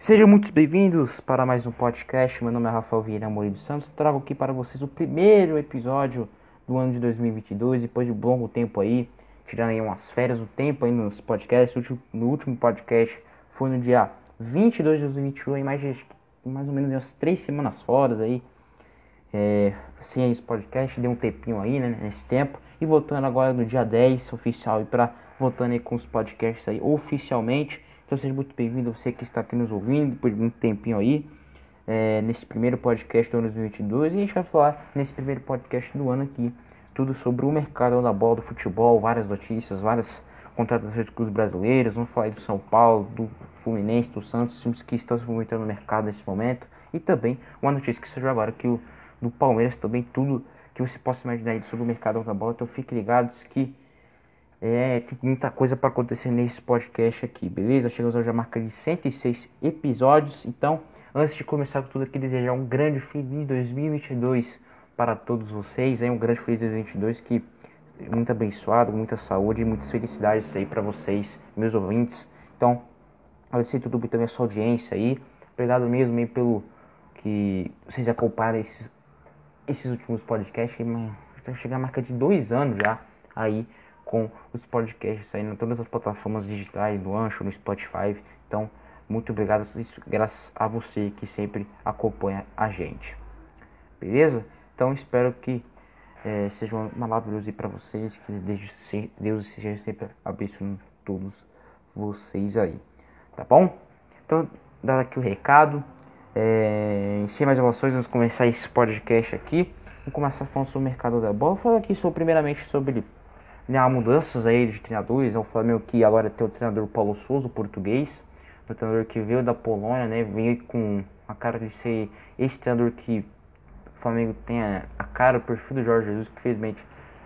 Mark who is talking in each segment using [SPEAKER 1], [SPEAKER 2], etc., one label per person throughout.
[SPEAKER 1] Sejam muito bem-vindos para mais um podcast. Meu nome é Rafael Vieira Amorim dos Santos. Trago aqui para vocês o primeiro episódio do ano de 2022, depois de um longo tempo aí, tirando aí umas férias, o tempo aí nos podcasts. No último podcast foi no dia 22 de 2021, aí mais ou menos umas 3 semanas fora aí, sem esse podcast, deu um tempinho aí, né, nesse tempo. E voltando agora no dia 10, oficial, e para voltando aí com os podcasts aí oficialmente. Então seja muito bem-vindo você que está aqui nos ouvindo depois de muito tempinho aí, nesse primeiro podcast do ano 2022. E a gente vai falar nesse primeiro podcast do ano aqui tudo sobre o mercado da bola, do futebol, várias notícias, várias contratações de clubes brasileiros. Vamos falar do São Paulo, do Fluminense, do Santos, times que estão se movimentando no mercado nesse momento. E também uma notícia que saiu agora, que o do Palmeiras também, tudo que você possa imaginar aí sobre o mercado da bola. Então fiquem ligados que tem muita coisa para acontecer nesse podcast aqui, beleza? Chegamos hoje à marca de 106 episódios. Então, antes de começar com tudo aqui, desejar um grande feliz 2022 para todos vocês. Um grande feliz 2022, que muito abençoado, muita saúde e muitas felicidades aí para vocês, meus ouvintes. Então, agradecer tudo também a sua audiência aí. Obrigado mesmo aí pelo que vocês acompanharam esses últimos podcasts. Vai chegar a marca de 2 anos já aí com os podcasts saindo em todas as plataformas digitais, no Anchor, no Spotify. Então, muito obrigado, graças a você que sempre acompanha a gente. Beleza? Então, espero que seja uma maravilhoso para vocês, que Deus seja sempre abençoando todos vocês aí. Tá bom? Então, dado aqui o recado, sem mais relações, vamos começar esse podcast aqui. Vamos começar falando sobre o mercado da bola. Vou falar aqui primeiramente sobre mudanças aí de treinadores. O Flamengo que agora tem o treinador Paulo Sousa, o português, o treinador que veio da Polônia, né? Veio com a cara de ser esse treinador que o Flamengo tem a cara, o perfil do Jorge Jesus, que infelizmente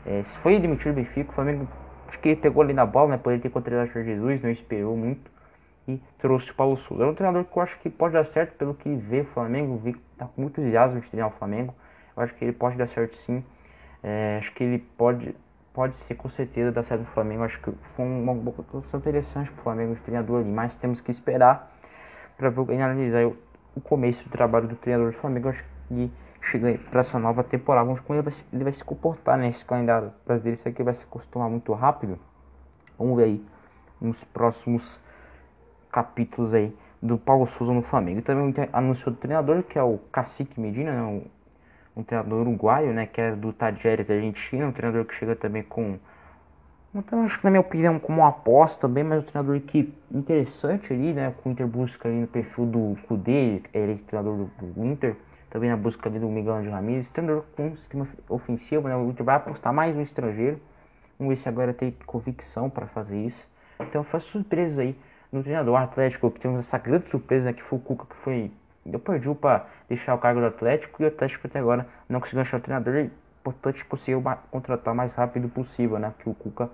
[SPEAKER 1] foi demitido do Benfica. O Flamengo acho que pegou ali na bola, né? Por ele ter contratado o Jorge Jesus, não esperou muito e trouxe o Paulo Sousa. É um treinador que eu acho que pode dar certo, pelo que vê o Flamengo, vi que tá com muito entusiasmo de treinar o Flamengo. Eu acho que ele pode dar certo sim. Acho que ele pode ser com certeza dar certo no Flamengo. Acho que foi uma contratação interessante para o Flamengo de treinador ali, mas temos que esperar para analisar o começo do trabalho do treinador do Flamengo. Acho que chega para essa nova temporada, vamos ver como ele vai se comportar nesse calendário brasileiro. Isso aqui vai se acostumar muito rápido. Vamos ver aí nos próximos capítulos aí do Paulo Sousa no Flamengo. E também anunciou o treinador, que é o Cacique Medina, né? Um treinador uruguaio, né, que é do Talleres da Argentina, um treinador que chega também com, então, acho que na minha opinião, como uma aposta também, mas um treinador que interessante ali, né, com o Inter busca ali no perfil do Kudê, ele é treinador do Inter, também na busca ali do Miguel Angel Ramírez, treinador com um sistema ofensivo, né, o Inter vai apostar mais no estrangeiro, vamos ver se agora tem convicção para fazer isso. Então faz surpresa aí no treinador Atlético, que temos essa grande surpresa, né, que foi o Cuca, que foi deu perdiu para deixar o cargo do Atlético, e o Atlético até agora não conseguiu achar o treinador. É importante conseguir contratar o mais rápido possível, né? Porque o Cuca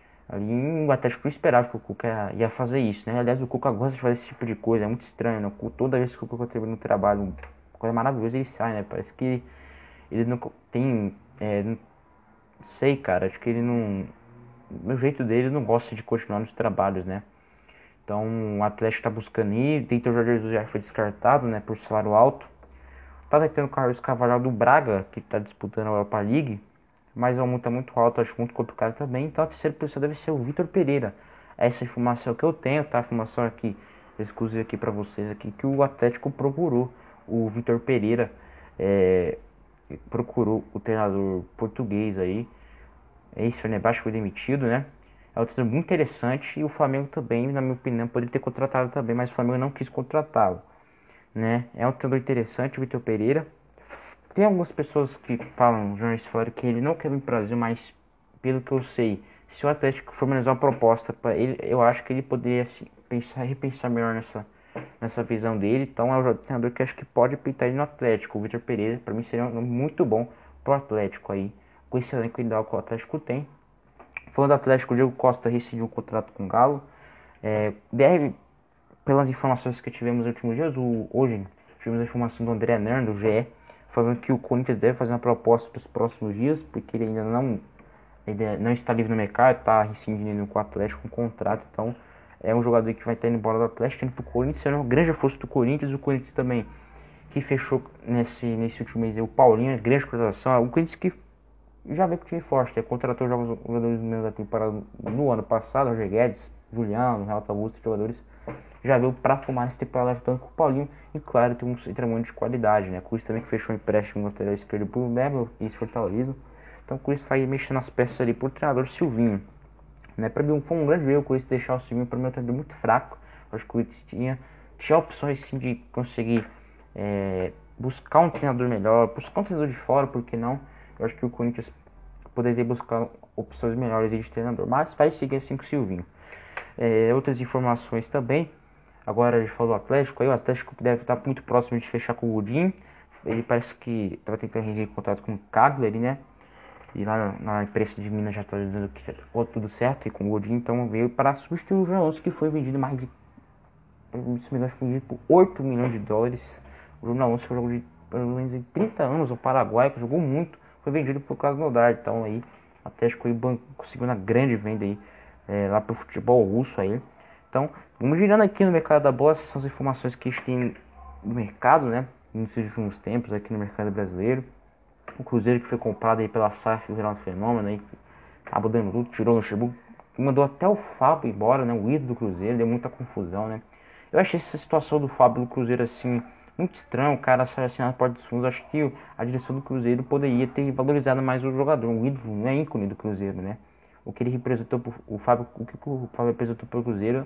[SPEAKER 1] ali, o Atlético não esperava que o Cuca ia fazer isso, né? Aliás, o Cuca gosta de fazer esse tipo de coisa, é muito estranho, né? Toda vez que o Cuca termina um trabalho, uma coisa maravilhosa, ele sai, né? Parece que ele não tem, não sei, cara, acho que ele não, do jeito dele, ele não gosta de continuar nos trabalhos, né? Então o Atlético está buscando ir. Dentro o Jorge Jesus já foi descartado, né, por salário alto. Tá tentando o Carlos Carvalhal do Braga, que está disputando a Europa League, mas é uma multa muito alta, acho muito complicado também. Então a terceira pessoa deve ser o Vitor Pereira. Essa informação que eu tenho, tá? A informação aqui exclusiva aqui para vocês aqui, que o Atlético procurou o Vitor Pereira, procurou o treinador português aí. Esse Fenerbahçe foi demitido, né? É um treinador muito interessante, e o Flamengo também, na minha opinião, poderia ter contratado também, mas o Flamengo não quis contratá-lo, né? É um treinador interessante, o Vitor Pereira. Tem algumas pessoas que falam, jornalistas falaram, que ele não quer vir para o Brasil, mas pelo que eu sei, se o Atlético for uma proposta para ele, eu acho que ele poderia repensar melhor nessa visão dele. Então é um treinador que acho que pode pintar ele no Atlético. O Vitor Pereira, para mim, seria um nome muito bom pro Atlético aí, com esse elenco ideal que o Atlético tem. Falando do Atlético, o Diego Costa rescindiu o contrato com o Galo. Deve, pelas informações que tivemos nos últimos dias, hoje tivemos a informação do André Nern, do GE, falando que o Corinthians deve fazer uma proposta para os próximos dias, porque ele ainda não está livre no mercado, está rescindindo com o Atlético um contrato. Então é um jogador que vai estar indo embora do Atlético, indo pro Corinthians, sendo uma grande força do Corinthians. O Corinthians também, que fechou nesse último mês, o Paulinho, grande contratação. O Corinthians que já veio com o time forte, né? Contratou jogadores do meio da temporada no ano passado, Roger Guedes, Juliano, Renato Augusto, jogadores já veio pra fumar nessa temporada ajudando com o Paulinho. E claro, tem um centroavante de qualidade, né? O Corinthians também que fechou um empréstimo no lateral esquerdo pro Melo e Fortaleza. Então o Corinthians vai mexendo as peças ali pro treinador Silvinho. Né? Pra mim foi um grande erro o Corinthians deixar o Silvinho, para mim é um treinador muito fraco. Acho que o Corinthians tinha opções sim de conseguir buscar um treinador melhor, buscar um treinador de fora, por que não? Eu acho que o Corinthians poderia buscar opções melhores de treinador, mas vai seguir assim com o Silvinho. Outras informações também. Agora a gente falou do Atlético, aí o Atlético deve estar muito próximo de fechar com o Godin. Ele parece que estava tentando resolver contato com o Cagliari, né? E lá na imprensa de Minas já está dizendo que já ficou tudo certo e com o Godin, então veio para substituir o João Alonso, que foi vendido mais de, se me engano, foi vendido por 8 milhões de dólares. O João Alonso foi um jogo de pelo menos 30 anos, o Paraguai, que jogou muito, foi vendido por Krasnodar. Então aí o Atlético aí conseguiu uma grande venda aí lá pro futebol russo aí. Então, vamos girando aqui no mercado da bola, essas são as informações que a gente tem no mercado, né? Nesses últimos tempos aqui no mercado brasileiro. O Cruzeiro que foi comprado aí pela SAF, o Renato Fenômeno aí, acabou dando tudo, tirou o Luxemburgo, mandou até o Fábio embora, né? O ídolo do Cruzeiro, deu muita confusão, né? Eu achei essa situação do Fábio do Cruzeiro assim muito estranho, o cara saiu assim na porta dos fundos. Acho que a direção do Cruzeiro poderia ter valorizado mais o jogador, um ídolo, não é ícone do Cruzeiro, né? O que ele representou, o que o Fábio representou para o Cruzeiro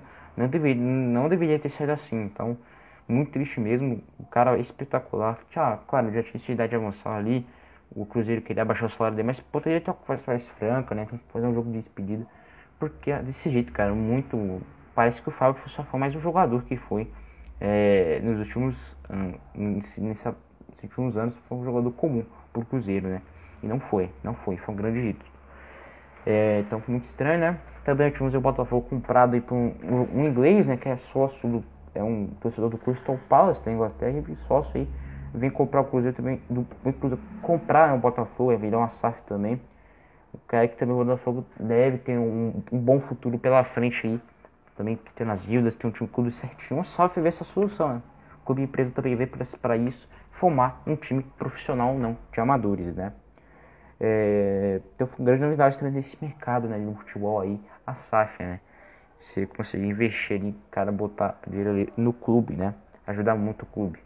[SPEAKER 1] não deveria ter saído assim. Então, muito triste mesmo. O cara é espetacular. Claro, já tinha idade avançada ali. O Cruzeiro queria abaixar o salário dele, mas poderia ter uma conversa mais franca, né? Fazer um jogo de despedida. Porque desse jeito, cara, muito. Parece que o Fábio só foi mais um jogador que foi. Nos nesses últimos anos foi um jogador comum pro Cruzeiro, né? E não foi um grande hito. Então foi muito estranho, né? Também tivemos o Botafogo comprado aí por um inglês, né? Que é sócio é um torcedor do Crystal Palace da Inglaterra e sócio aí vem comprar o Cruzeiro também, comprar, né, o Botafogo, virar uma SAF também. O cara que também o Botafogo deve ter um bom futuro pela frente aí. Também tendo as dívidas, tem um time clube certinho. Só ver essa solução, né? O clube empresa também vê para isso, formar um time profissional, não de amadores, né? Então, grande novidade também nesse mercado, né, no futebol aí, a SAF, né? Se ele conseguir investir ali, cara, botar dinheiro ali no clube, né? Ajudar muito o clube.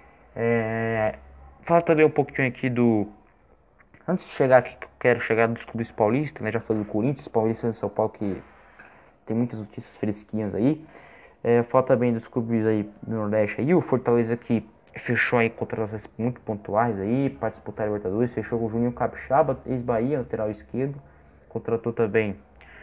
[SPEAKER 1] Fala também um pouquinho aqui do. Antes de chegar aqui, que eu quero chegar dos clubes paulistas, né? Já falei do Corinthians, Paulista e São Paulo, que tem muitas notícias fresquinhas aí. Fala também dos clubes aí do Nordeste aí. O Fortaleza que fechou aí contratações muito pontuais aí para disputar a Libertadores. Fechou com o Juninho Capixaba, ex-Bahia, lateral esquerdo. Contratou também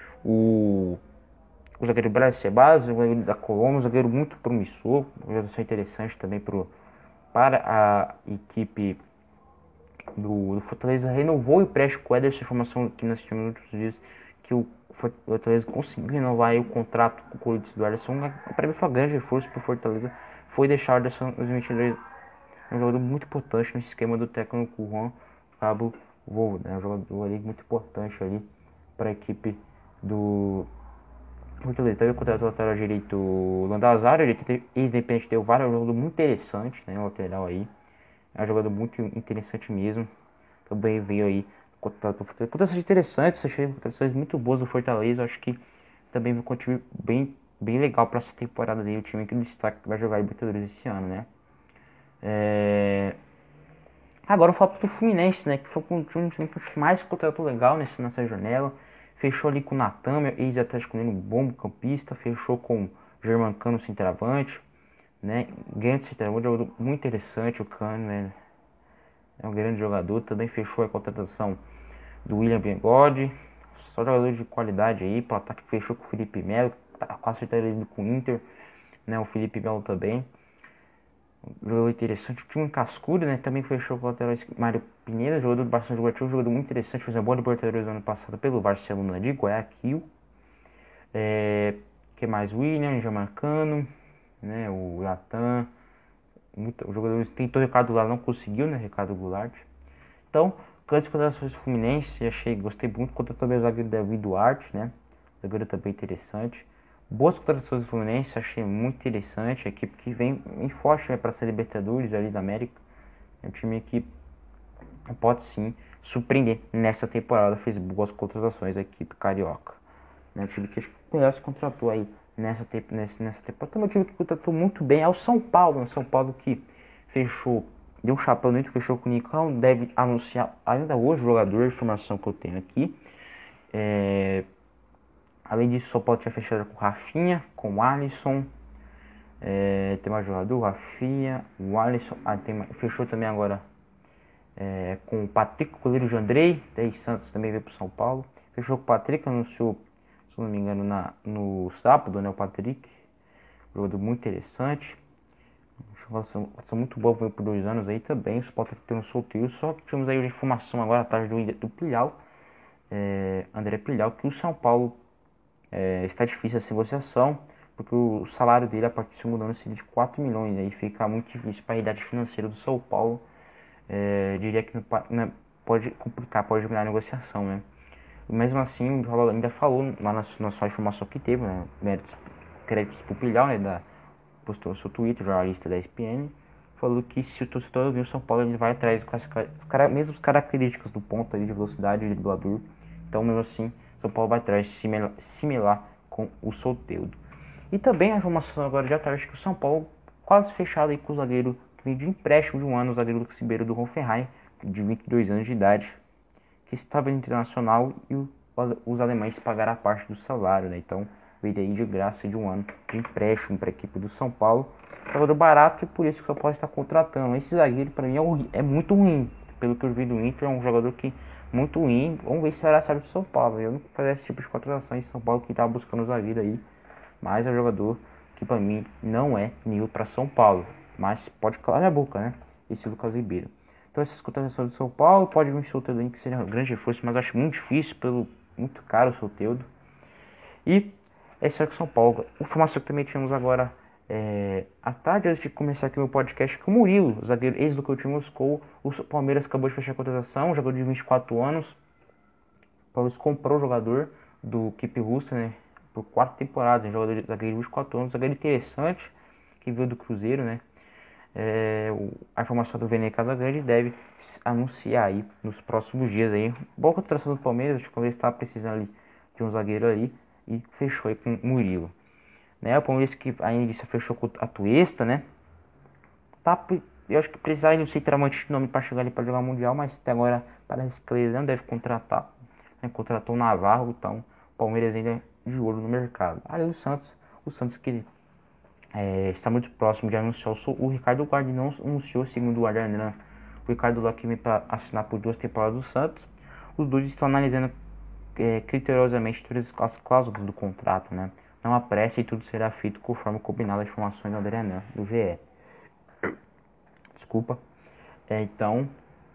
[SPEAKER 1] o zagueiro Braz Sebas, o zagueiro da Colômbia, um zagueiro muito promissor. Uma jogação interessante também para a equipe do Fortaleza. Renovou o empréstimo com o Ederson. Informação que nós tivemos nos últimos dias que o Fortaleza conseguiu renovar aí o contrato com o Corinthians do Ederson. Para mim foi um grande reforço para o Fortaleza. Foi deixar o Ederson 2022 um jogador muito importante no esquema do técnico Juan Cabo Volvo, né? Um jogador ali muito importante ali para a equipe do Fortaleza. Também contratou o lateral direito Landazaro, ele ex-independente deu vários, é um jogador muito interessante, né? O lateral aí. É um jogador muito interessante mesmo. Também veio aí contratado para Fortaleza. Contratações interessantes, achei contratações muito boas do Fortaleza. Acho que também vai contribuir bem legal para essa temporada aí. O time que destaque vai jogar Libertadores esse ano, né? Agora o foco do Fluminense, né? Que foi um time que mais contratou legal nessa janela. Fechou ali com o Natan, ex-Atlético Mineiro, bom campista. Fechou com o Germancano, centroavante, né? Grande centroavante, jogador muito interessante. O Cano, né? É um grande jogador. Também fechou a contratação do William Bigode. Só jogadores de qualidade aí. Para o ataque fechou com o Felipe Melo. Tá quase acertando com o Inter, né? O Felipe Melo também. Jogador interessante. O time cascudo, né? Também fechou com o lateral Mário Pinheiro, jogador do Barcelona de Guayaquil, jogador muito interessante. Fez uma boa Libertadores no ano passado pelo Barcelona de Guayaquil. Que mais? William, Jamarcano, né? O Latan. Os jogadores tentou o Ricardo Goulart, não conseguiu, né? Ricardo Goulart. Então, grandes contratações do Fluminense, gostei muito. Contratou também o zagueiro David Duarte, né? O zagueiro também interessante. Boas contratações do Fluminense, achei muito interessante. A equipe que vem forte, né, para ser Libertadores ali da América. É um time que pode sim surpreender nessa temporada. Fez boas contratações a equipe carioca. Né, o time que acho que melhor se contratou aí nessa temporada. Também um time que contratou muito bem é o São Paulo. O São Paulo que fechou, deu um chapéu dentro, fechou com o Nicão. Deve anunciar ainda hoje o jogador, a informação que eu tenho aqui. Além disso, o São Paulo tinha fechado com o Rafinha, com o Alisson. Tem mais jogador, o Rafinha, o Alisson. Fechou também agora com o Patrick, o goleiro de Andrei. Daí Santos também veio para o São Paulo. Fechou com o Patrick, anunciou, se não me engano, no sábado, né? O Patrick, jogador muito interessante. Relação muito boa por 2 anos aí também. O São Paulo tá tendo um solteiro. Só que temos aí a informação agora à tarde do Pilhau, André Pilhau, que o São Paulo está difícil essa negociação, porque o salário dele a partir do segundo ano seria de 4 milhões. Aí fica muito difícil para a realidade financeira do São Paulo. Diria que não pode complicar, pode eliminar a negociação, né? Mesmo assim, o Paulo ainda falou lá na sua informação que teve, né? Créditos pro Pilhau, né? Postou no seu Twitter, jornalista da ESPN, falou que se o torcedor vir o São Paulo, ele vai atrás com as mesmas características do ponto ali de velocidade e driblador. Então, mesmo assim, São Paulo vai atrás similar com o Soteldo. E também a informação agora de tarde que o São Paulo quase fechado aí com o zagueiro que vem de empréstimo de um ano, o zagueiro Lucas Ribeiro do Hoffenheim, de 22 anos de idade, que estava no Internacional e os alemães pagaram a parte do salário, né? Então veio aí de graça de um ano de empréstimo para a equipe do São Paulo. Jogador barato e por isso que o São Paulo está contratando. Esse zagueiro para mim é muito ruim. Pelo que eu vi do Inter, é um jogador que muito ruim. Vamos ver se será sábio do São Paulo. Eu não vou fazer esse tipo de contratação em São Paulo que estava buscando o zagueiro aí. Mas é um jogador que para mim não é nível para São Paulo. Mas pode calar a boca, né? Esse Lucas Ribeiro. Então essas contratações do São Paulo, pode vir o Soteldo que seria um grande reforço, mas acho muito difícil, muito caro o Soteldo. E esse é o São Paulo. Informação que também tivemos agora à tarde, antes de começar aqui meu podcast, que o Murilo, zagueiro ex do Coutinho Moscou, o Palmeiras acabou de fechar a contratação, jogador de 24 anos. O Palmeiras comprou o jogador do equipe russa, né, por 4 temporadas, um jogador de zagueiro de 24 anos, zagueiro interessante, que veio do Cruzeiro, né. A informação do Vene Casagrande deve anunciar aí nos próximos dias aí. Boa contratação do Palmeiras, acho que o Palmeiras estava precisando ali de um zagueiro ali e fechou aí com o Murilo. Né, o Palmeiras que ainda fechou com a Tuesta, né? Eu acho que precisaria de um centroavante de nome para chegar ali para jogar Mundial, mas até agora parece que ele não deve contratar. Né, contratou o Navarro, então o Palmeiras ainda é de olho no mercado. Além do Santos, o Santos que está muito próximo de anunciar o Ricardo Guardi, não anunciou, segundo o Guardian, o Ricardo Locke vem para assinar por 2 temporadas do Santos. Os dois estão analisando criteriosamente todas as cláusulas do contrato, né? Não há pressa e tudo será feito conforme combinado as informações do Adriano, do GE. Desculpa. Então,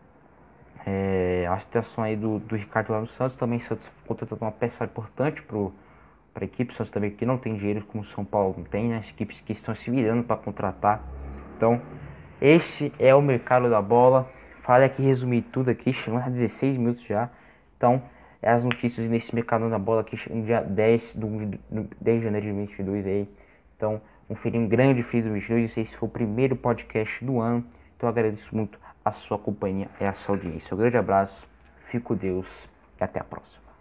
[SPEAKER 1] a situação aí do Ricardo lá no Santos, também Santos contratou uma peça importante para a equipe, Santos também que não tem dinheiro como o São Paulo não tem, né? As equipes que estão se virando para contratar. Então, esse é o mercado da bola. Falei aqui, resumir tudo aqui, chegando a 16 minutos já. Então, as notícias nesse mercado da bola aqui no dia 10 de janeiro de 2022 aí. Então, um grande feliz 2022. Esse foi o primeiro podcast do ano. Então, eu agradeço muito a sua companhia e a sua audiência. Um grande abraço, fique com Deus e até a próxima.